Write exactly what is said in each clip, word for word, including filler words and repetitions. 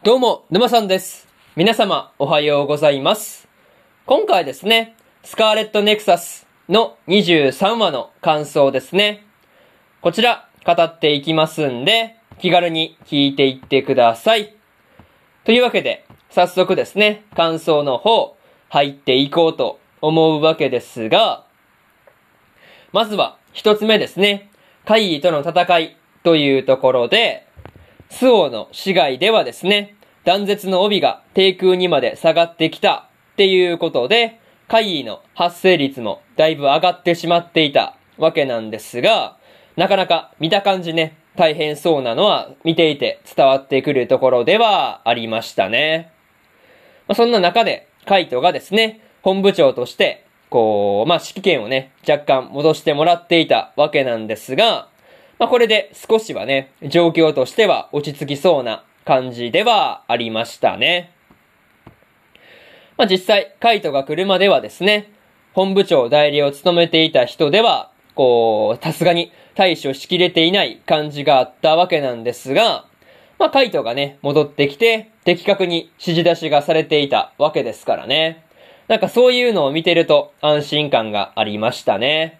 どうも、沼さんです。皆様、おはようございます。今回ですね、スカーレットネクサスのにじゅうさんわの感想ですね。こちら、語っていきますんで、気軽に聞いていってください。というわけで、早速ですね、感想の方、入っていこうと思うわけですが、まずは、一つ目ですね、怪異との戦いというところで、周防の市街ではですね、断絶の帯が低空にまで下がってきたっていうことで、怪異の発生率もだいぶ上がってしまっていたわけなんですが、なかなか見た感じね、大変そうなのは見ていて伝わってくるところではありましたね。まあ、そんな中で、カイトがですね、本部長として、こう、まあ、指揮権をね、若干戻してもらっていたわけなんですが、まあ、これで少しはね、状況としては落ち着きそうな感じではありましたね。まあ、実際、カイトが来るまではですね、本部長代理を務めていた人では、こう、さすがに対処しきれていない感じがあったわけなんですが、まあ、カイトがね、戻ってきて、的確に指示出しがされていたわけですからね。なんかそういうのを見てると安心感がありましたね。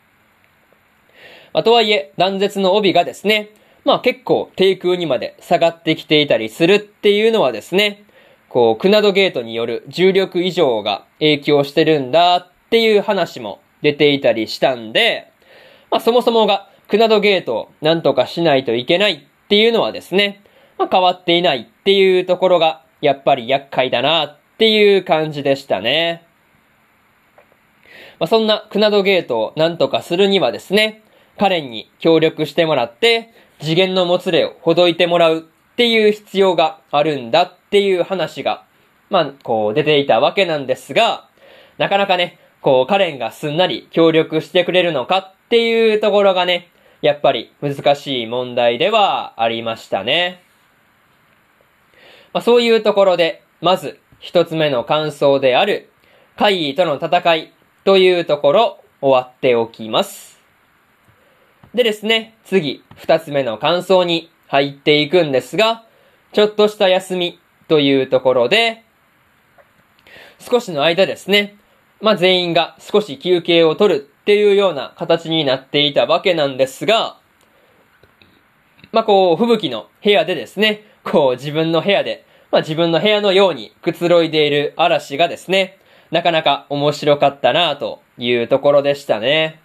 まあ、とはいえ、断絶の帯がですね、まあ結構低空にまで下がってきていたりするっていうのはですね、こう、クナドゲートによる重力異常が影響してるんだっていう話も出ていたりしたんで、まあそもそもがクナドゲートをなんとかしないといけないっていうのはですね、まあ変わっていないっていうところがやっぱり厄介だなっていう感じでしたね。まあそんなクナドゲートをなんとかするにはですね、カレンに協力してもらって、次元のもつれをほどいてもらうっていう必要があるんだっていう話が、まあ、こう出ていたわけなんですが、なかなかね、こうカレンがすんなり協力してくれるのかっていうところがね、やっぱり難しい問題ではありましたね。まあ、そういうところで、まず一つ目の感想である、怪異との戦いというところ終わっておきます。でですね、次、二つ目の感想に入っていくんですが、ちょっとした休みというところで、少しの間ですね、まあ、全員が少し休憩を取るっていうような形になっていたわけなんですが、まあ、こう、吹雪の部屋でですね、こう、自分の部屋で、まあ、自分の部屋のようにくつろいでいる嵐がですね、なかなか面白かったなというところでしたね。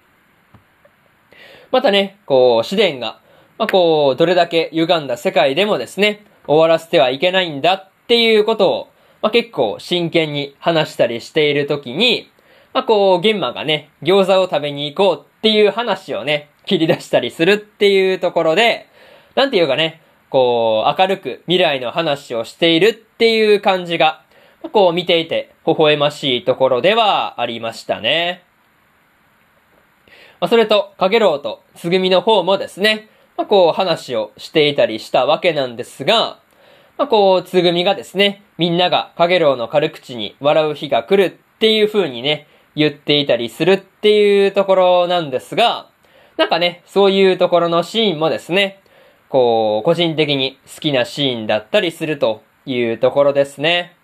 またね、こう、試練が、まあ、こう、どれだけ歪んだ世界でもですね、終わらせてはいけないんだっていうことを、まあ、結構真剣に話したりしているときに、まあ、こう、玄馬がね、餃子を食べに行こうっていう話をね、切り出したりするっていうところで、なんていうかね、こう、明るく未来の話をしているっていう感じが、まあ、こう見ていて微笑ましいところではありましたね。まあ、それと、かげろうとつぐみの方もですね、まあ、こう話をしていたりしたわけなんですが、まあ、こう、つぐみがですね、みんながかげろうの軽口に笑う日が来るっていう風にね、言っていたりするっていうところなんですが、なんかね、そういうところのシーンもですね、こう、個人的に好きなシーンだったりするというところですね。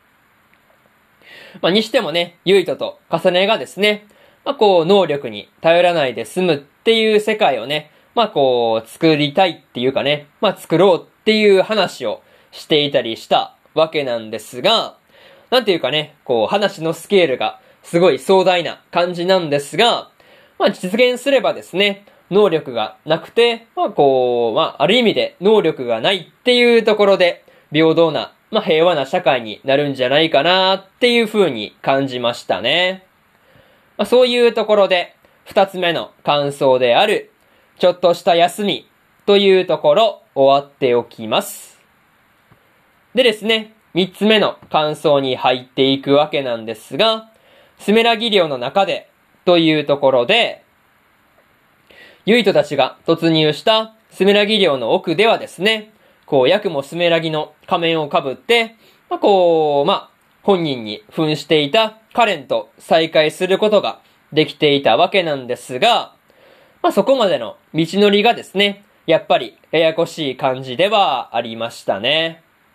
まあ、にしてもね、ユイトとカサネがですね、まあ、こう、能力に頼らないで済むっていう世界をね、まあ、こう、作りたいっていうかね、まあ、作ろうっていう話をしていたりしたわけなんですが、なんていうかね、こう、話のスケールがすごい壮大な感じなんですが、まあ、実現すればですね、能力がなくて、まあ、こう、まあ、ある意味で能力がないっていうところで、平等な、まあ、平和な社会になるんじゃないかなっていう風に感じましたね。まあ、そういうところで、二つ目の感想である、ちょっとした休みというところ、終わっておきます。でですね、三つ目の感想に入っていくわけなんですが、スメラギ寮の中でというところで、ユイトたちが突入したスメラギ寮の奥ではですね、こう、ヤクモスメラギの仮面をかぶって、まあ、こう、まあ、本人に扮していたカレンと再会することができていたわけなんですが、まあ、そこまでの道のりがですね、やっぱりややこしい感じではありましたね。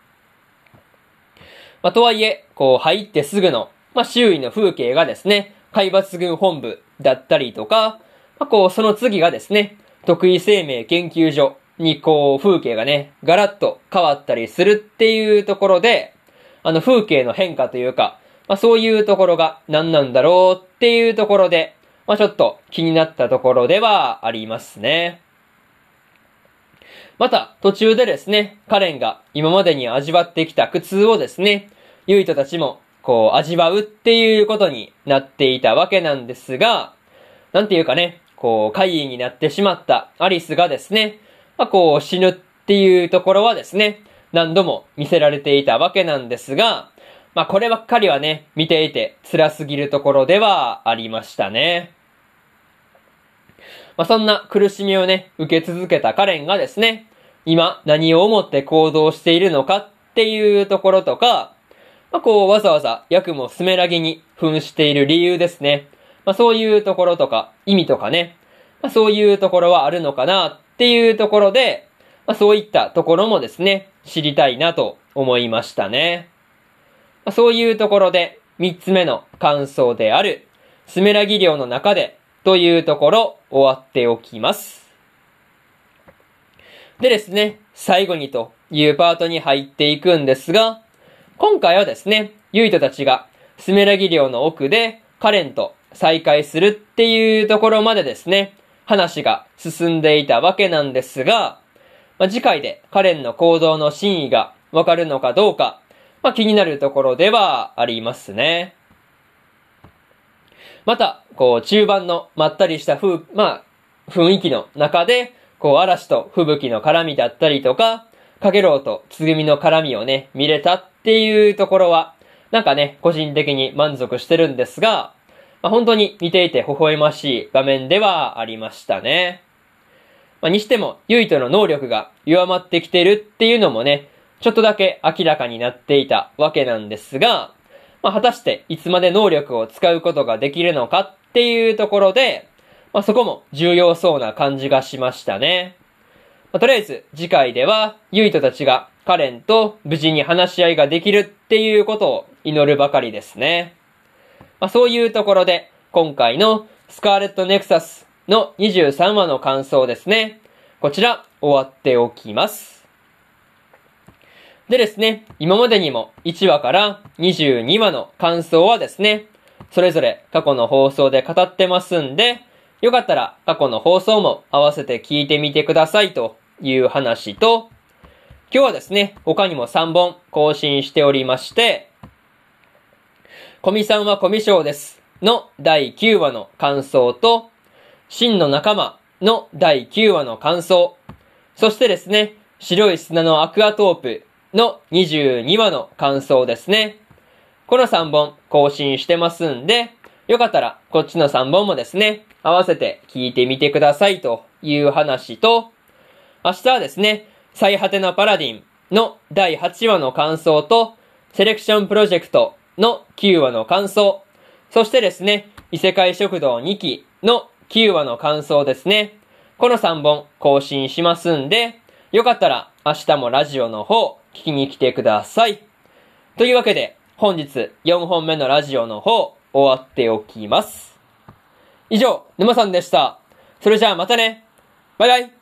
まあ、とはいえ、こう入ってすぐの、まあ、周囲の風景がですね、海抜軍本部だったりとか、まあ、こう、その次がですね、徳井生命研究所にこう、風景がね、ガラッと変わったりするっていうところで、あの風景の変化というか、まあ、そういうところが何なんだろうっていうところで、まあ、ちょっと気になったところではありますね。また、途中でですね、カレンが今までに味わってきた苦痛をですね、ユイトたちも、こう、味わうっていうことになっていたわけなんですが、なんていうかね、こう、怪異になってしまったアリスがですね、まあ、こう、死ぬっていうところはですね、何度も見せられていたわけなんですが、まあ、こればっかりはね、見ていて辛すぎるところではありましたね。まあ、そんな苦しみをね、受け続けたカレンがですね、今何を思って行動しているのかっていうところとか、まあ、こうわざわざヤクモスメラギに扮している理由ですね。まあ、そういうところとか意味とかね、まあ、そういうところはあるのかなっていうところで、まあ、そういったところもですね、知りたいなと思いましたね。まあ、そういうところで三つ目の感想であるスメラギ漁の中でというところ終わっておきます。でですね、最後にというパートに入っていくんですが、今回はですね、ユイトたちがスメラギ漁の奥でカレンと再会するっていうところまでですね、話が進んでいたわけなんですが、まあ、次回でカレンの行動の真意がわかるのかどうか、まあ、気になるところではありますね。また、こう、中盤のまったりした風、まあ、雰囲気の中で、こう、嵐と吹雪の絡みだったりとか、かげろうとつぐみの絡みをね、見れたっていうところは、なんかね、個人的に満足してるんですが、まあ、本当に見ていて微笑ましい場面ではありましたね。まあ、にしても、ユイトの能力が弱まってきてるっていうのもね、ちょっとだけ明らかになっていたわけなんですが、まあ、果たしていつまで能力を使うことができるのかっていうところで、まあ、そこも重要そうな感じがしましたね。まあ、とりあえず次回ではユイトたちがカレンと無事に話し合いができるっていうことを祈るばかりですね。まあ、そういうところで今回のスカーレットネクサスのにじゅうさんわの感想ですね。こちら終わっておきます。でですね、今までにもいちわからにじゅうにわの感想はですね、それぞれ過去の放送で語ってますんで、よかったら過去の放送も合わせて聞いてみてくださいという話と、今日はですね、他にもさんぼん更新しておりまして、コミさんはコミショウですのだいきゅうわの感想と、真の仲間のだいきゅうわの感想、そしてですね、白い砂のアクアトープのにじゅうにわの感想ですね。このさんぼん更新してますんで、よかったらこっちのさんぼんもですね、合わせて聞いてみてくださいという話と、明日はですね、最果てのパラディンのだいはちわの感想と、セレクションプロジェクトのきゅうわの感想、そしてですね、異世界食堂にきのきゅうわの感想ですね。このさんぼん更新しますんで、よかったら明日もラジオの方聞きに来てください。というわけで、本日よんほんめのラジオの方終わっておきます。以上、沼さんでした。それじゃあまたね。バイバイ。